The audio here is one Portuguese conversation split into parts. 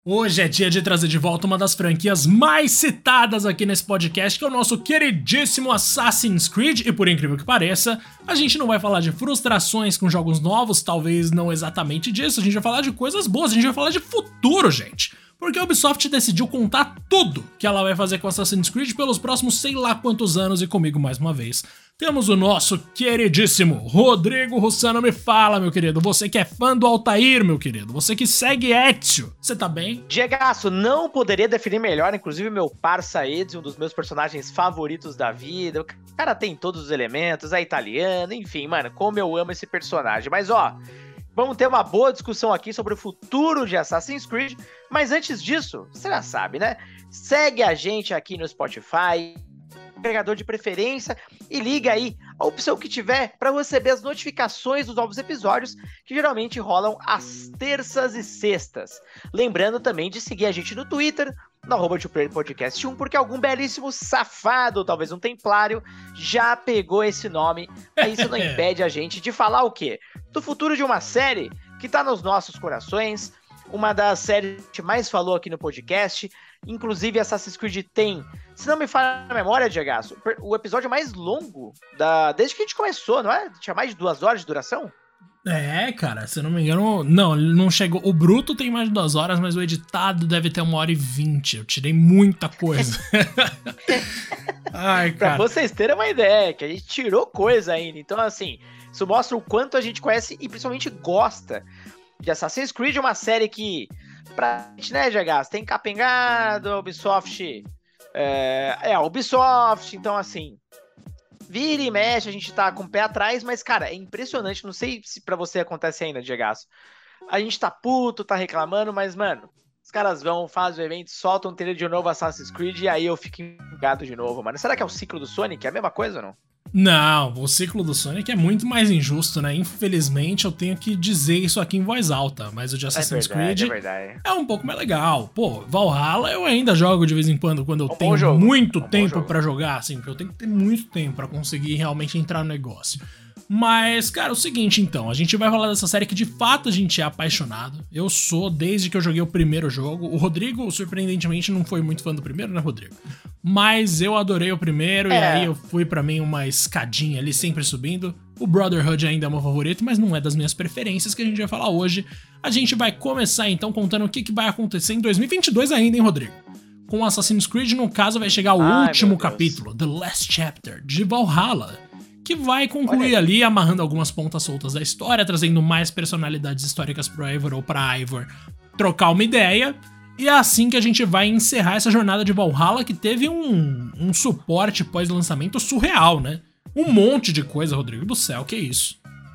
Hoje é dia de trazer de volta uma das franquias mais citadas aqui nesse podcast, que é o nosso queridíssimo Assassin's Creed, e por incrível que pareça, a gente não vai falar de frustrações com jogos novos, talvez não exatamente disso, a gente vai falar de coisas boas, a gente vai falar de futuro, gente. Porque a Ubisoft decidiu contar tudo que ela vai fazer com Assassin's Creed pelos próximos sei lá quantos anos, e comigo mais uma vez temos o nosso queridíssimo Rodrigo Russano. Me fala, meu querido, você que é fã do Altair, meu querido, você que segue Ezio, você tá bem? Diegaço, não poderia definir melhor, inclusive meu parça Ezio, um dos meus personagens favoritos da vida. O cara tem todos os elementos, é italiano, enfim, mano, como eu amo esse personagem. Mas ó, vamos ter uma boa discussão aqui sobre o futuro de Assassin's Creed, mas antes disso, você já sabe, né? Segue a gente aqui no Spotify, agregador de preferência, e liga aí a opção que tiver para receber as notificações dos novos episódios, que geralmente rolam às terças e sextas. Lembrando também de seguir a gente no Twitter, no @2playerpodcast1, porque algum belíssimo safado, talvez um templário, já pegou esse nome. Aí isso não impede a gente de falar o quê? Do futuro de uma série que tá nos nossos corações, uma das séries que a gente mais falou aqui no podcast. Inclusive, Assassin's Creed tem, se não me falha a memória, Diegaço, o episódio mais longo desde que a gente começou, não é? Tinha mais de 2 horas de duração? É, cara, se eu não me engano, não chegou. O bruto tem mais de 2 horas, mas o editado deve ter 1h20. Eu tirei muita coisa. Ai, cara. Pra vocês terem uma ideia, que a gente tirou coisa ainda. Então, assim, isso mostra o quanto a gente conhece e principalmente gosta de Assassin's Creed, uma série que, pra gente, né, Diegaço, tem capengado, Ubisoft, Ubisoft, então, assim, vira e mexe, a gente tá com o pé atrás, mas, cara, é impressionante, não sei se pra você acontece ainda, Diegaço. A gente tá puto, tá reclamando, mas, mano, os caras vão, fazem o evento, soltam um trailer de novo Assassin's Creed, e aí eu fico empolgado de novo, mano. Será que é o ciclo do Sonic? É a mesma coisa ou não? Não, o ciclo do Sonic é muito mais injusto, né? Infelizmente eu tenho que dizer isso aqui em voz alta, mas o de Assassin's Creed é um pouco mais legal. Pô, Valhalla eu ainda jogo de vez em quando eu tenho muito tempo pra jogar, assim, porque eu tenho que ter muito tempo pra conseguir realmente entrar no negócio. Mas, cara, é o seguinte, então, a gente vai falar dessa série que de fato a gente é apaixonado. Eu sou desde que eu joguei o primeiro jogo. O Rodrigo, surpreendentemente, não foi muito fã do primeiro, né, Rodrigo? Mas eu adorei o primeiro e aí eu fui pra mim uma escadinha ali, sempre subindo. O Brotherhood ainda é meu favorito, mas não é das minhas preferências que a gente vai falar hoje. A gente vai começar, então, contando o que vai acontecer em 2022 ainda, hein, Rodrigo? Com Assassin's Creed, no caso, vai chegar o último capítulo, The Last Chapter, de Valhalla, que vai concluir ali, amarrando algumas pontas soltas da história, trazendo mais personalidades históricas pro Eivor ou pra Eivor trocar uma ideia. E é assim que a gente vai encerrar essa jornada de Valhalla, que teve um suporte pós-lançamento surreal, né? Um monte de coisa, Rodrigo do céu, que isso?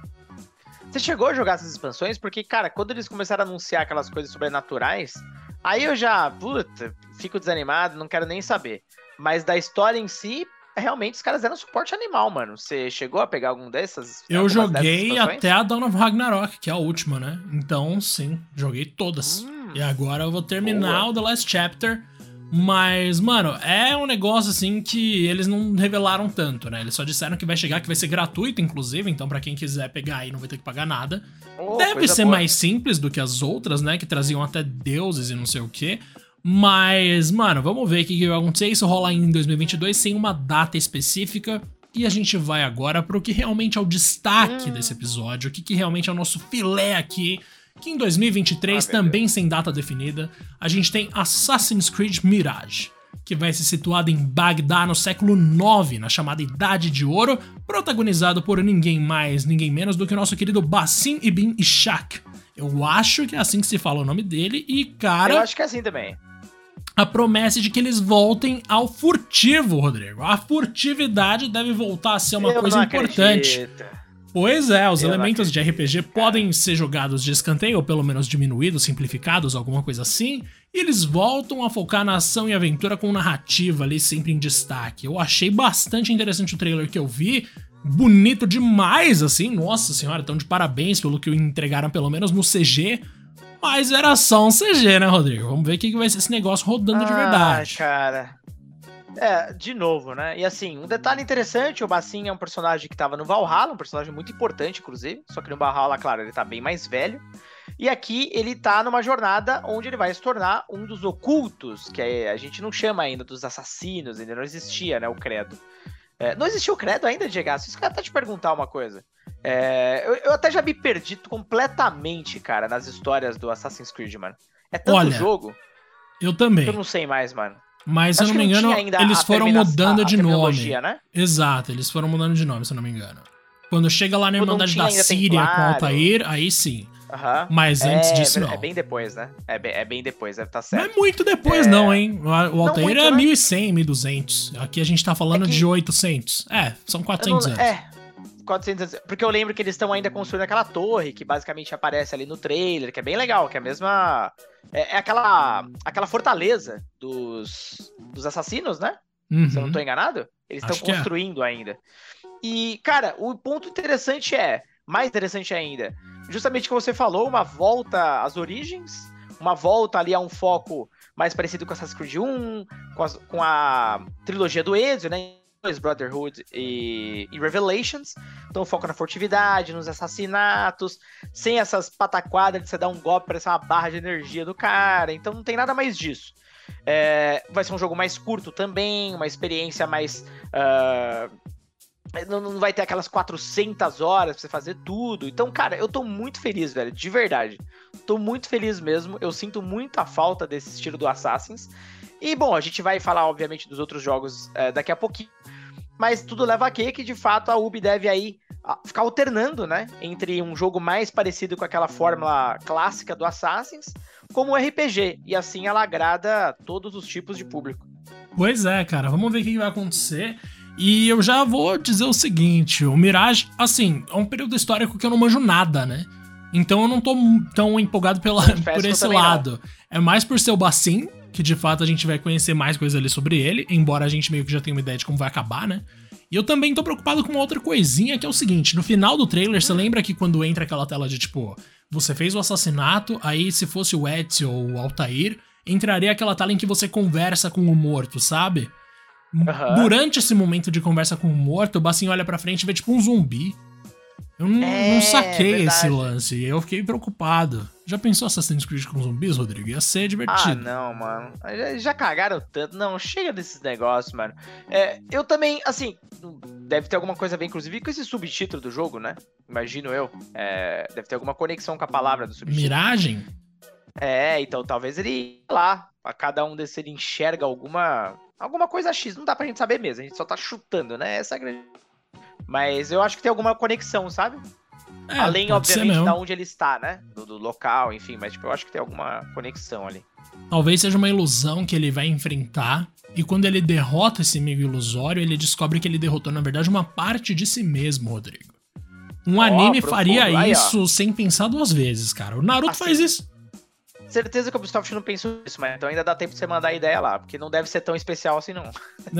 Você chegou a jogar essas expansões? Porque, cara, quando eles começaram a anunciar aquelas coisas sobrenaturais, aí eu já, fico desanimado, não quero nem saber. Mas da história em si, realmente os caras deram suporte animal, mano. Você chegou a pegar algum dessas? Eu joguei até a Dawn of Ragnarok, que é a última, né? Então, sim, joguei todas. E agora eu vou terminar o The Last Chapter. Mas, mano, é um negócio assim que eles não revelaram tanto, né? Eles só disseram que vai chegar, que vai ser gratuito, inclusive. Então, pra quem quiser pegar aí, não vai ter que pagar nada. Deve ser mais simples do que as outras, né? Que traziam até deuses e não sei o quê. Mas, mano, vamos ver o que vai acontecer. Isso rola em 2022 sem uma data específica. E a gente vai agora pro que realmente é o destaque desse episódio. O que realmente é o nosso filé aqui. Que em 2023, também sem data definida, a gente tem Assassin's Creed Mirage, que vai ser situado em Bagdá no século IX, na chamada Idade de Ouro, protagonizado por ninguém mais, ninguém menos do que o nosso querido Basim Ibn Ishaq. Eu acho que é assim que se fala o nome dele, e, cara... Eu acho que é assim também. A promessa de que eles voltem ao furtivo, Rodrigo. A furtividade deve voltar a ser uma coisa importante. Acredito. Pois é, os elementos de RPG podem ser jogados de escanteio, ou pelo menos diminuídos, simplificados, alguma coisa assim, e eles voltam a focar na ação e aventura com narrativa ali sempre em destaque. Eu achei bastante interessante o trailer que eu vi, bonito demais, assim, nossa senhora, então de parabéns pelo que entregaram pelo menos no CG, mas era só um CG, né, Rodrigo? Vamos ver o que vai ser esse negócio rodando de verdade. Cara... de novo, né? E assim, um detalhe interessante, o Basim é um personagem que tava no Valhalla, um personagem muito importante, inclusive, só que no Valhalla, claro, ele tá bem mais velho. E aqui ele tá numa jornada onde ele vai se tornar um dos ocultos, que a gente não chama ainda dos assassinos, ainda não existia, né, o credo. Não existia o credo ainda, Diego? Isso que eu ia até te perguntar uma coisa. Eu até já me perdi completamente, cara, nas histórias do Assassin's Creed, mano. É tanto jogo. Eu também. Que eu não sei mais, mano. Mas, se eu não me engano, eles foram mudando de nome. Né? Exato, eles foram mudando de nome, se eu não me engano. Quando chega lá na Irmandade da Síria com Altair, aí sim. Mas antes disso, não. É bem depois, né? É bem depois, deve estar certo. Não é muito depois, não, hein? O Altair muito, é 1100, 1200. Aqui a gente tá falando de 800. São 400 anos. 400 anos. Porque eu lembro que eles estão ainda construindo aquela torre que basicamente aparece ali no trailer, que é bem legal, que é a mesma... É aquela fortaleza dos assassinos, né? Se eu não tô enganado. Eles estão construindo ainda. E, cara, o ponto mais interessante ainda, justamente o que você falou, uma volta às origens, uma volta ali a um foco mais parecido com Assassin's Creed 1, com a trilogia do Ezio, né? Brotherhood e Revelations. Então foco na furtividade, nos assassinatos, sem essas pataquadas de você dar um golpe, parece uma barra de energia do cara. Então não tem nada mais disso. Vai ser um jogo mais curto também, uma experiência mais... Não vai ter aquelas 400 horas pra você fazer tudo. Então, cara, eu tô muito feliz, velho, de verdade. Tô muito feliz mesmo. Eu sinto muita falta desse estilo do Assassin's. E, bom, a gente vai falar, obviamente, dos outros jogos daqui a pouquinho. Mas tudo leva a que de fato, a Ubi deve aí ficar alternando, né? Entre um jogo mais parecido com aquela fórmula clássica do Assassin's, como o RPG. E assim ela agrada todos os tipos de público. Pois é, cara. Vamos ver o que vai acontecer. E eu já vou dizer o seguinte, o Mirage, assim, é um período histórico que eu não manjo nada, né? Então eu não tô tão empolgado por esse lado. Não. É mais por ser o Bassin, que de fato a gente vai conhecer mais coisas ali sobre ele, embora a gente meio que já tenha uma ideia de como vai acabar, né? E eu também tô preocupado com uma outra coisinha, que é o seguinte, no final do trailer, você lembra que quando entra aquela tela de tipo, você fez o assassinato, aí se fosse o Ezio ou o Altair, entraria aquela tela em que você conversa com o morto, sabe? Durante esse momento de conversa com o morto, o Bassin olha pra frente e vê tipo um zumbi. Eu não saquei esse lance, eu fiquei preocupado. Já pensou Assassin's Creed com zumbis, Rodrigo? Ia ser divertido. Não, mano. Já cagaram tanto. Não, chega desses negócios, mano. Eu também, assim, deve ter alguma coisa a ver, inclusive, com esse subtítulo do jogo, né? Imagino eu. Deve ter alguma conexão com a palavra do subtítulo. Miragem? Então talvez ele, lá, a cada um desses ele enxerga alguma coisa X. Não dá pra gente saber mesmo, a gente só tá chutando, né? Essa é a grande... Mas eu acho que tem alguma conexão, sabe? Além, obviamente, da onde ele está, né? Do local, enfim. Mas, tipo, eu acho que tem alguma conexão ali. Talvez seja uma ilusão que ele vai enfrentar. E quando ele derrota esse amigo ilusório, ele descobre que ele derrotou, na verdade, uma parte de si mesmo, Rodrigo. Um anime faria isso sem pensar duas vezes, cara. O Naruto faz isso. Certeza que o Ubisoft não pensou nisso, mas então ainda dá tempo de você mandar a ideia lá, porque não deve ser tão especial assim, não.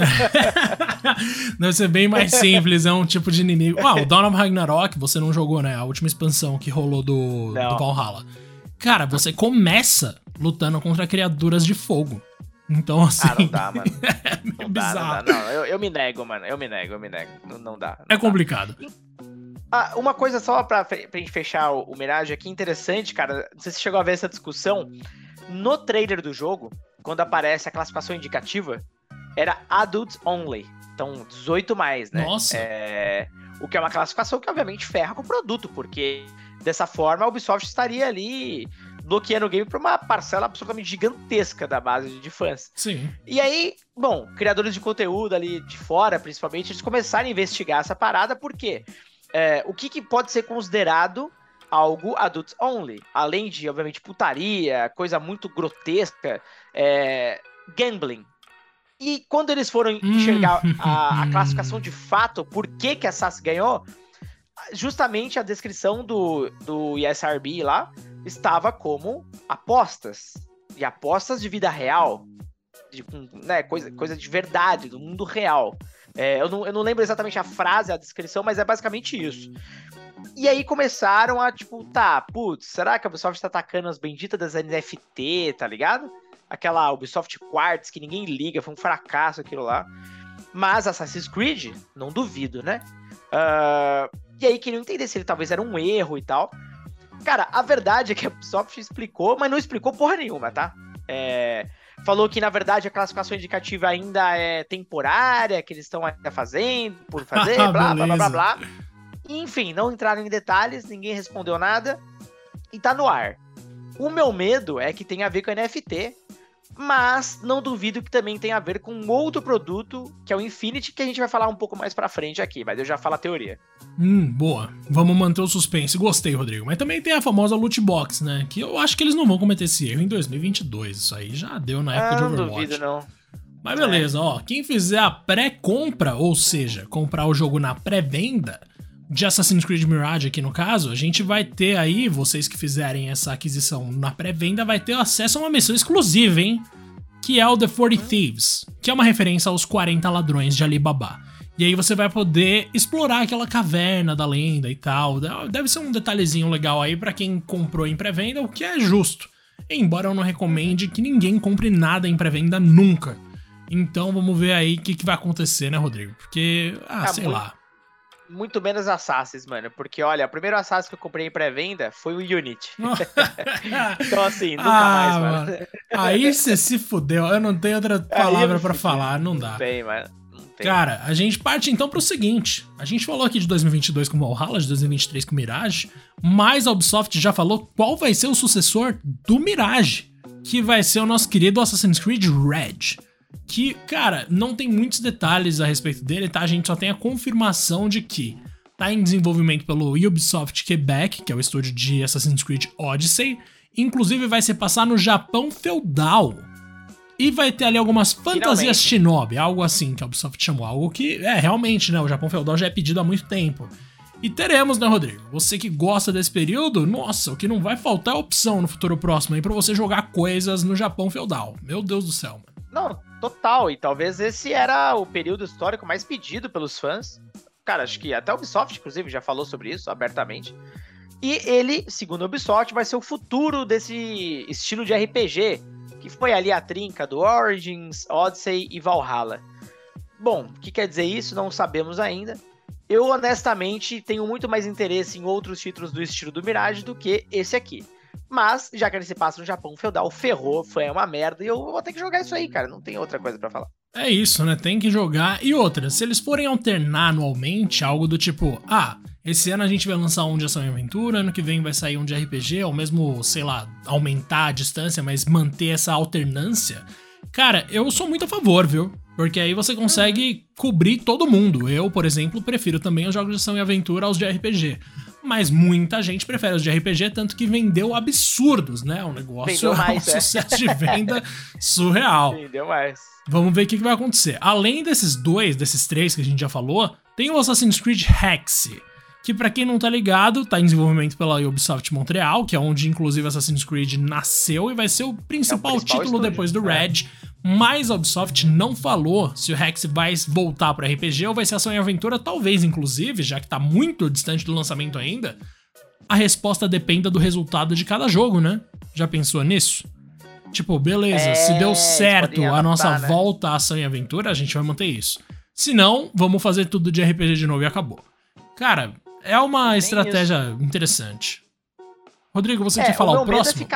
Deve ser bem mais simples, é um tipo de inimigo. O Dawn of Ragnarok, você não jogou, né? A última expansão que rolou do Valhalla. Cara, você começa lutando contra criaturas de fogo. Então, assim... não dá, mano. É meio bizarro. Não, eu me nego, mano. Eu me nego. Não dá. É complicado. Uma coisa só pra gente fechar o Mirage aqui, interessante, cara, não sei se você chegou a ver essa discussão, no trailer do jogo, quando aparece a classificação indicativa, era Adult Only, então 18+, né? Nossa! O que é uma classificação que obviamente ferra com o produto, porque dessa forma a Ubisoft estaria ali bloqueando o game pra uma parcela absolutamente gigantesca da base de fãs. Sim. E aí, bom, criadores de conteúdo ali de fora, principalmente, eles começaram a investigar essa parada, por quê? O que pode ser considerado algo adult only, além de, obviamente, putaria, coisa muito grotesca, gambling. E quando eles foram enxergar a classificação de fato, por que a SAS ganhou, justamente a descrição do ESRB lá estava como apostas, e apostas de vida real, né, coisa de verdade, do mundo real. Eu não lembro exatamente a frase, a descrição, mas é basicamente isso. E aí começaram a, tipo, será que a Ubisoft tá atacando as benditas das NFT, tá ligado? Aquela Ubisoft Quartz que ninguém liga, foi um fracasso aquilo lá. Mas Assassin's Creed, não duvido, né? E aí queriam entender se ele talvez era um erro e tal. Cara, a verdade é que a Ubisoft explicou, mas não explicou porra nenhuma, tá? Falou que, na verdade, a classificação indicativa ainda é temporária, que eles estão ainda fazendo, por fazer, blá, blá, blá, blá, blá. Enfim, não entraram em detalhes, ninguém respondeu nada e tá no ar. O meu medo é que tenha a ver com NFT, mas não duvido que também tenha a ver com outro produto, que é o Infinity, que a gente vai falar um pouco mais pra frente aqui, mas eu já falo a teoria. Boa. Vamos manter o suspense. Gostei, Rodrigo. Mas também tem a famosa loot box, né? Que eu acho que eles não vão cometer esse erro em 2022. Isso aí já deu na época de Overwatch. Não duvido, não. Mas beleza, ó. Quem fizer a pré-compra, ou seja, comprar o jogo na pré-venda de Assassin's Creed Mirage aqui no caso, a gente vai ter aí, vocês que fizerem essa aquisição na pré-venda, vai ter acesso a uma missão exclusiva, hein? Que é o The 40 Thieves, que é uma referência aos 40 ladrões de Alibaba. E aí você vai poder explorar aquela caverna da lenda e tal. Deve ser um detalhezinho legal aí pra quem comprou em pré-venda, o que é justo. Embora eu não recomende que ninguém compre nada em pré-venda nunca. Então vamos ver aí o que vai acontecer, né, Rodrigo? Porque, sei lá. Muito menos Assassins, mano. Porque, olha, o primeiro Assassin que eu comprei em pré-venda foi o Unity. Então, assim, nunca mais, mano. Aí você se fudeu. Eu não tenho outra palavra pra falar. Não dá. Não tem, mano. Cara, a gente parte então pro seguinte. A gente falou aqui de 2022 com Valhalla, de 2023 com Mirage, mas a Ubisoft já falou qual vai ser o sucessor do Mirage, que vai ser o nosso querido Assassin's Creed Red. Que, cara, não tem muitos detalhes a respeito dele, tá? A gente só tem a confirmação de que tá em desenvolvimento pelo Ubisoft Quebec, que é o estúdio de Assassin's Creed Odyssey. Inclusive vai se passar no Japão feudal. E vai ter ali algumas fantasias shinobi, algo assim que a Ubisoft chamou. Algo que, realmente, né? O Japão feudal já é pedido há muito tempo. E teremos, né, Rodrigo? Você que gosta desse período, nossa, o que não vai faltar é opção no futuro próximo aí pra você jogar coisas no Japão feudal. Meu Deus do céu, mano. Não, total. E talvez esse era o período histórico mais pedido pelos fãs. Cara, acho que até a Ubisoft, inclusive, já falou sobre isso abertamente. E ele, segundo a Ubisoft, vai ser o futuro desse estilo de RPG, que foi ali a trinca do Origins, Odyssey e Valhalla. Bom, o que quer dizer isso? Não sabemos ainda. Eu, honestamente, tenho muito mais interesse em outros títulos do estilo do Mirage do que esse aqui. Mas, já que ele se passa no Japão feudal, ferrou, foi uma merda, e eu vou ter que jogar isso aí, cara. Não tem outra coisa pra falar. É isso, né? Tem que jogar. E outra, se eles forem alternar anualmente, algo do tipo, esse ano a gente vai lançar um de ação e aventura, ano que vem vai sair um de RPG, ou mesmo, sei lá, aumentar a distância, mas manter essa alternância. Cara, eu sou muito a favor, viu? Porque aí você consegue cobrir todo mundo. Eu, por exemplo, prefiro também os jogos de ação e aventura aos de RPG. Mas muita gente prefere os de RPG, tanto que vendeu absurdos, né? O negócio é um sucesso de venda surreal. Vendeu mais. Vamos ver o que vai acontecer. Além desses três que a gente já falou, tem o Assassin's Creed Hexe, que pra quem não tá ligado, tá em desenvolvimento pela Ubisoft Montreal, que é onde inclusive Assassin's Creed nasceu e vai ser o principal título estúdio, depois do Red. Mas a Ubisoft não falou se o Hexe vai voltar pro RPG ou vai ser ação e aventura, talvez inclusive, já que tá muito distante do lançamento ainda. A resposta dependa do resultado de cada jogo, né? Já pensou nisso? Tipo, beleza, se deu certo a nossa volta à ação e aventura, a gente vai manter isso. Se não, vamos fazer tudo de RPG de novo e acabou. Cara, é uma estratégia interessante. Rodrigo, você quer falar o próximo?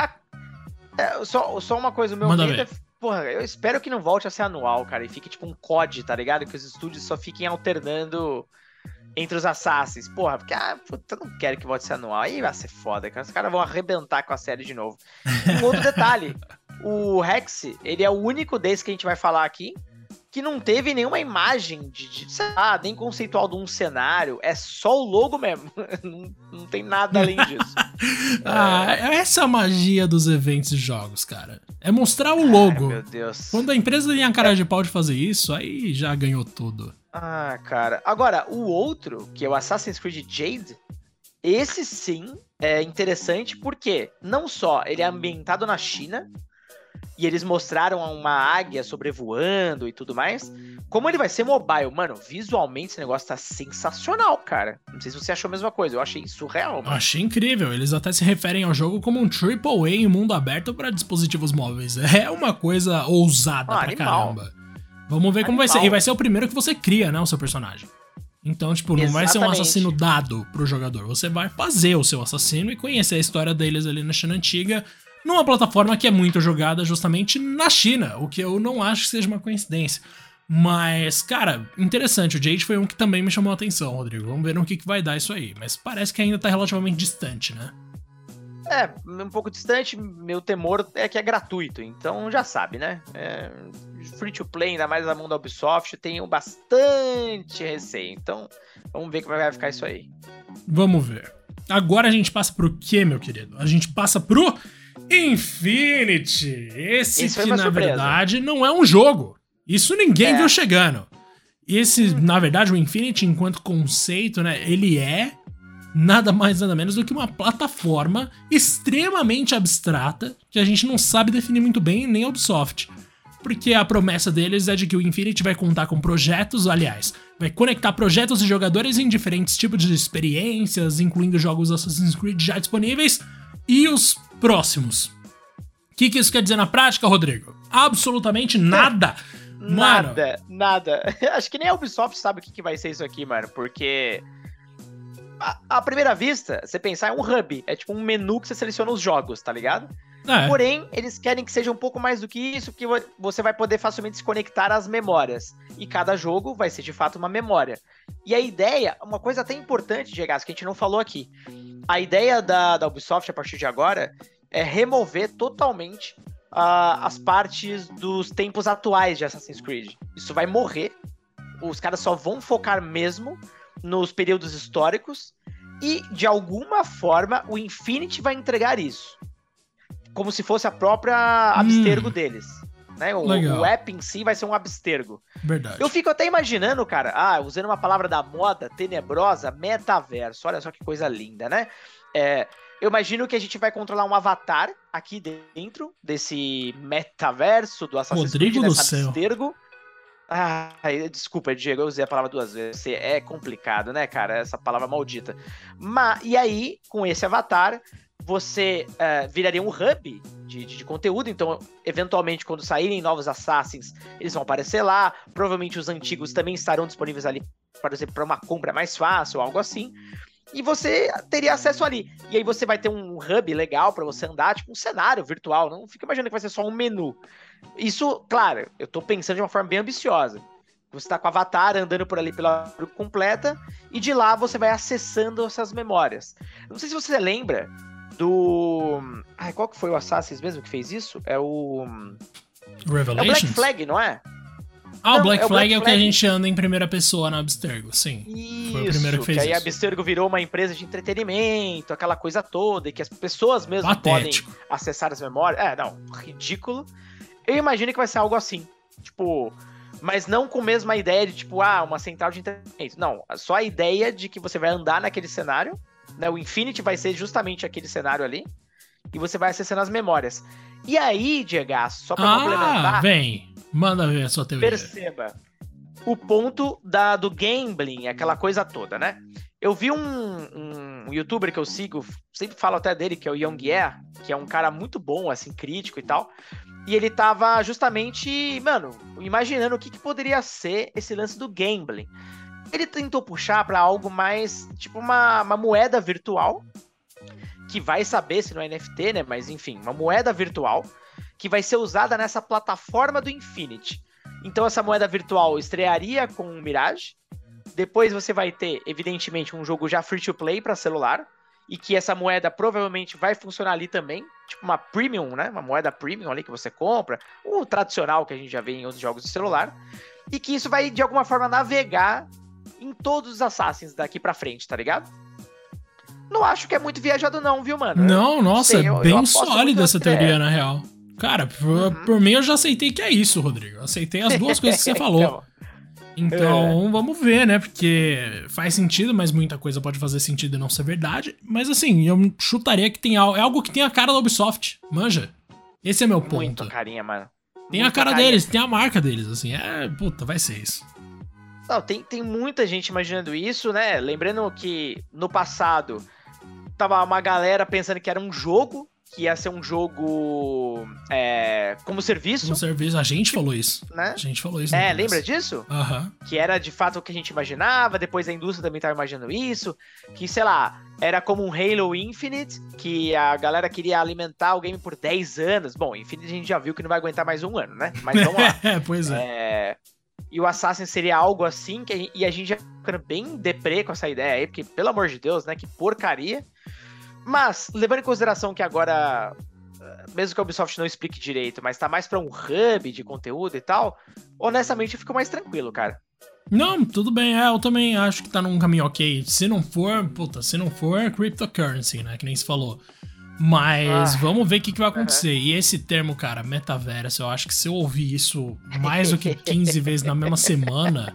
Só uma coisa, o meu medo é... Porra, eu espero que não volte a ser anual, cara, e fique tipo um COD, tá ligado? Que os estúdios só fiquem alternando entre os Assassins. Porra, porque, eu não quero que volte a ser anual. Aí vai ser foda, cara. Os caras vão arrebentar com a série de novo. Um outro detalhe, o Hexe, ele é o único desse que a gente vai falar aqui que não teve nenhuma imagem sei lá, nem conceitual de um cenário, é só o logo mesmo, não tem nada além disso. Essa é a magia dos eventos de jogos, cara. É mostrar o logo. Meu Deus. Quando a empresa tem a cara de pau de fazer isso, aí já ganhou tudo. Cara. Agora, o outro, que é o Assassin's Creed Jade, esse sim é interessante porque não só ele é ambientado na China, e eles mostraram uma águia sobrevoando e tudo mais, como ele vai ser mobile. Mano, visualmente esse negócio tá sensacional, cara. Não sei se você achou a mesma coisa, eu achei surreal, mano. Achei incrível, eles até se referem ao jogo como um AAA em mundo aberto para dispositivos móveis. É uma coisa ousada pra caramba. Vamos ver como vai ser. E vai ser o primeiro que você cria, né, o seu personagem. Então, tipo, não vai ser um assassino dado pro jogador. Você vai fazer o seu assassino e conhecer a história deles ali na China Antiga, numa plataforma que é muito jogada justamente na China, o que eu não acho que seja uma coincidência. Mas, cara, interessante. O Jade foi um que também me chamou a atenção, Rodrigo. Vamos ver no que vai dar isso aí. Mas parece que ainda tá relativamente distante, né? É, um pouco distante. Meu temor é que é gratuito. Então já sabe, né? Free to play, ainda mais na mão da Ubisoft, tenho bastante receio. Então, vamos ver como vai ficar isso aí. Vamos ver. Agora a gente passa pro quê, meu querido? A gente passa pro Infinity. Esse que, na verdade, não é um jogo. Isso ninguém viu chegando. Esse, na verdade, o Infinity, enquanto conceito, né, ele é nada mais nada menos do que uma plataforma extremamente abstrata que a gente não sabe definir muito bem, nem a Ubisoft. Porque a promessa deles é de que o Infinity vai contar com projetos, aliás, vai conectar projetos de jogadores em diferentes tipos de experiências, incluindo jogos Assassin's Creed já disponíveis e os próximos. O que isso quer dizer na prática, Rodrigo? Absolutamente nada. Nada. Acho que nem a Ubisoft sabe o que vai ser isso aqui, mano, porque à primeira vista, você pensar, é um hub, é tipo um menu que você seleciona os jogos, tá ligado? Porém, eles querem que seja um pouco mais do que isso, porque você vai poder facilmente se conectar às memórias. E cada jogo vai ser de fato uma memória. E a ideia, uma coisa até importante, Diego, que a gente não falou aqui. A ideia da Ubisoft a partir de agora é remover totalmente as partes dos tempos atuais de Assassin's Creed. Isso vai morrer. Os caras só vão focar mesmo nos períodos históricos. E, de alguma forma, o Infinity vai entregar isso. Como se fosse a própria abstergo deles. Né? O app em si vai ser um abstergo. Verdade. Eu fico até imaginando, cara, usando uma palavra da moda tenebrosa, metaverso. Olha só que coisa linda, né? Eu imagino que a gente vai controlar um avatar aqui dentro desse metaverso do Assassin's Creed, nessa abstergo. Desculpa, Diego, eu usei a palavra 2 vezes. É complicado, né, cara? Essa palavra maldita. E aí, com esse avatar, você viraria um hub de conteúdo, então, eventualmente, quando saírem novos Assassins, eles vão aparecer lá, provavelmente os antigos também estarão disponíveis ali, por exemplo, para uma compra mais fácil, ou algo assim, e você teria acesso ali. E aí você vai ter um hub legal para você andar, tipo um cenário virtual, não fica imaginando que vai ser só um menu. Isso, claro, eu tô pensando de uma forma bem ambiciosa. Você tá com o avatar andando por ali pela completa, e de lá você vai acessando essas memórias. Não sei se você lembra do... qual que foi o Assassin's mesmo que fez isso? É o Revelations? É o Black Flag, não é? O Black Flag é o que a gente anda em primeira pessoa na Abstergo, sim. Isso, foi o primeiro que fez aí isso. A Abstergo virou uma empresa de entretenimento, aquela coisa toda, e que as pessoas mesmo podem acessar as memórias. Ridículo. Eu imagino que vai ser algo assim, tipo... Mas não com a mesma ideia de, tipo, uma central de entretenimento. Não, só a ideia de que você vai andar naquele cenário, né? O Infinity vai ser justamente aquele cenário ali, e você vai acessando as memórias. E aí, Diego, só pra complementar... Manda ver a sua teoria. Perceba, o ponto do gambling, aquela coisa toda, né? Eu vi um youtuber que eu sigo, sempre falo até dele, que é o Young Air, que é um cara muito bom, assim, crítico e tal. E ele tava justamente, imaginando o que poderia ser esse lance do gambling. Ele tentou puxar pra algo mais, tipo uma moeda virtual, que vai saber se não é NFT, né? Mas enfim, uma moeda virtual, que vai ser usada nessa plataforma do Infinity. Então essa moeda virtual estrearia com o Mirage. Depois você vai ter, evidentemente, um jogo já free to play para celular. E que essa moeda provavelmente vai funcionar ali também. Tipo uma premium, né? Uma moeda premium ali que você compra. O tradicional que a gente já vê em outros jogos de celular. E que isso vai, de alguma forma, navegar em todos os Assassins daqui pra frente, tá ligado? Não acho que é muito viajado não, viu, mano? Não, nossa, é bem sólida essa teoria, na real. Cara, por mim eu já aceitei que é isso, Rodrigo. Eu aceitei as duas coisas que você falou. Então, vamos ver, né? Porque faz sentido, mas muita coisa pode fazer sentido e não ser verdade. Mas assim, eu chutaria que tem algo que tem a cara da Ubisoft. Manja. Esse é meu ponto. Muito carinha, mano. Tem a cara deles, tem a marca deles, assim. Vai ser isso. Não, tem muita gente imaginando isso, né? Lembrando que no passado tava uma galera pensando que era um jogo que ia ser um jogo como serviço. Como serviço, a gente falou isso. Né? A gente falou isso. Lembra disso? Que era de fato o que a gente imaginava, depois a indústria também estava imaginando isso, que, sei lá, era como um Halo Infinite, que a galera queria alimentar o game por 10 anos. Bom, Infinite a gente já viu que não vai aguentar mais um ano, né? Mas vamos lá. Pois é. E o Assassin seria algo assim, e a gente já ficando bem deprê com essa ideia aí, porque, pelo amor de Deus, né, que porcaria. Mas, levando em consideração que agora, mesmo que a Ubisoft não explique direito, mas tá mais pra um hub de conteúdo e tal, honestamente eu fico mais tranquilo, cara. Não, tudo bem, eu também acho que tá num caminho ok. Se não for cryptocurrency, né, que nem se falou. Mas vamos ver o que vai acontecer. E esse termo, cara, metaverso, eu acho que se eu ouvir isso mais do que 15 vezes na mesma semana,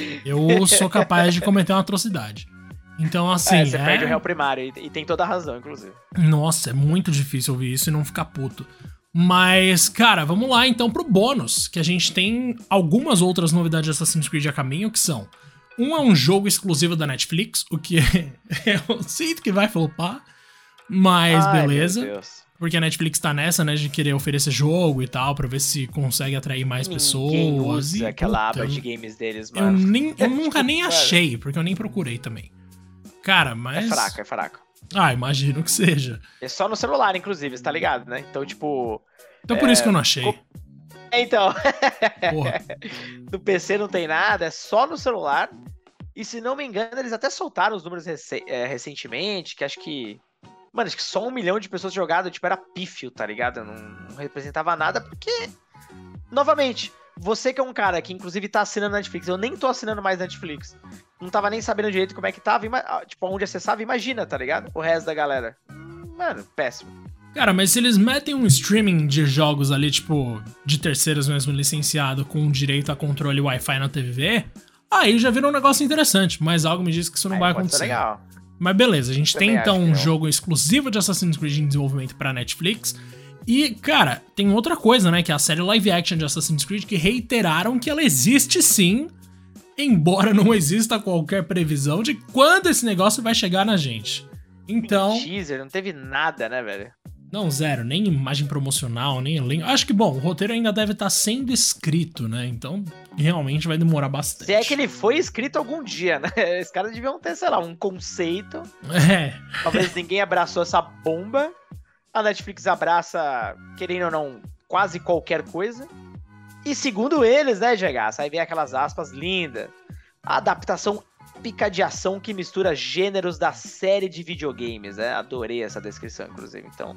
eu sou capaz de cometer uma atrocidade. Então, assim. Você perde o réu primário, e tem toda a razão, inclusive. Nossa, é muito difícil ouvir isso e não ficar puto. Mas, cara, vamos lá então pro bônus, que a gente tem algumas outras novidades de Assassin's Creed a caminho, que são: um é um jogo exclusivo da Netflix, o que eu sinto que vai flopar. Mas beleza, porque a Netflix tá nessa, né, de querer oferecer jogo e tal, pra ver se consegue atrair mais pessoas. Usa aquela aba de games deles, mano. Eu nunca nem achei, porque eu nem procurei também. Cara, mas... É fraco. Imagino que seja. É só no celular, inclusive, você tá ligado, né? Então, tipo... Então por isso que eu não achei. Então... Porra. No PC não tem nada, é só no celular. E se não me engano, eles até soltaram os números recentemente, que acho que... Mano, acho que só 1 milhão de pessoas jogadas, tipo, era pífio, tá ligado? Não representava nada, porque... Novamente, você que é um cara que, inclusive, tá assinando Netflix, eu nem tô assinando mais Netflix. Não tava nem sabendo direito como é que tava, tipo, onde acessava, imagina, tá ligado? O resto da galera. Mano, péssimo. Cara, mas se eles metem um streaming de jogos ali, tipo, de terceiros mesmo, licenciado, com direito a controle Wi-Fi na TV, aí já vira um negócio interessante, mas algo me diz que isso não vai acontecer. Ser legal. Mas beleza, a gente tem então um jogo exclusivo de Assassin's Creed em desenvolvimento pra Netflix. E, cara, tem outra coisa, né, que é a série live action de Assassin's Creed, que reiteraram que ela existe sim, embora não exista qualquer previsão de quando esse negócio vai chegar na gente. Então... teaser, não teve nada, né, velho? Não, zero, nem imagem promocional, nem elenco. Acho que, bom, o roteiro ainda deve estar sendo escrito, né? Então, realmente vai demorar bastante. Se é que ele foi escrito algum dia, né? Os caras deviam ter, sei lá, um conceito. Talvez ninguém abraçou essa bomba. A Netflix abraça, querendo ou não, quase qualquer coisa. E segundo eles, né, GH? Aí vem aquelas aspas lindas. A adaptação épica de ação que mistura gêneros da série de videogames, né? Adorei essa descrição, inclusive. Então,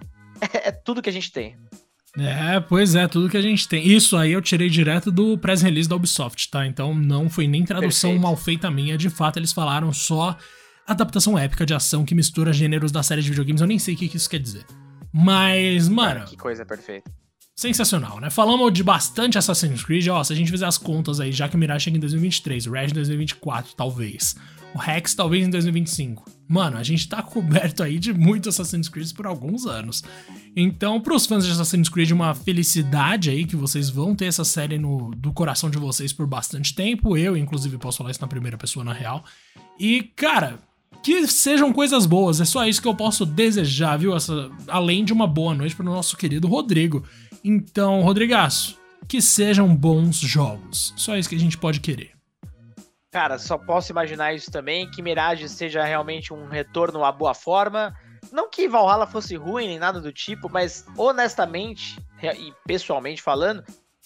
é tudo que a gente tem. Pois é, tudo que a gente tem. Isso aí eu tirei direto do press release da Ubisoft, tá? Então não foi nem tradução mal feita minha. De fato, eles falaram só adaptação épica de ação que mistura gêneros da série de videogames. Eu nem sei o que isso quer dizer. Mas, mano... que coisa perfeita. Sensacional, né? Falamos de bastante Assassin's Creed. Se a gente fizer as contas aí, já que o Mirage chega em 2023, o Red em 2024, talvez. O Rex talvez em 2025. Mano, a gente tá coberto aí de muito Assassin's Creed por alguns anos. Então, pros fãs de Assassin's Creed, uma felicidade aí que vocês vão ter essa série do coração de vocês por bastante tempo. Eu, inclusive, posso falar isso na primeira pessoa, na real. E, cara... que sejam coisas boas, é só isso que eu posso desejar, viu? Além de uma boa noite pro nosso querido Rodrigo. Então, Rodrigaço, que sejam bons jogos. Só isso que a gente pode querer. Cara, só posso imaginar isso também, que Mirage seja realmente um retorno à boa forma. Não que Valhalla fosse ruim nem nada do tipo, mas honestamente e pessoalmente falando,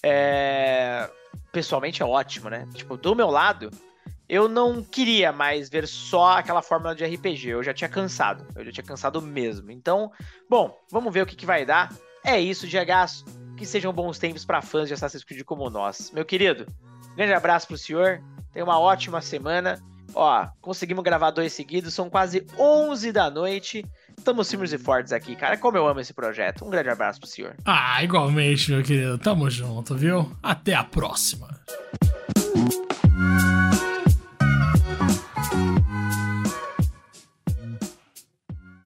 pessoalmente é ótimo, né? Tipo, do meu lado... eu não queria mais ver só aquela fórmula de RPG, eu já tinha cansado mesmo. Então, bom, vamos ver o que vai dar. É isso, GH, que sejam bons tempos para fãs de Assassin's Creed como nós. Meu querido, grande abraço pro senhor, tenha uma ótima semana. Conseguimos gravar 2 seguidos, são quase 11 da noite. Estamos firmes e fortes aqui, cara, como eu amo esse projeto. Um grande abraço pro senhor. Igualmente, meu querido, tamo junto, viu? Até a próxima.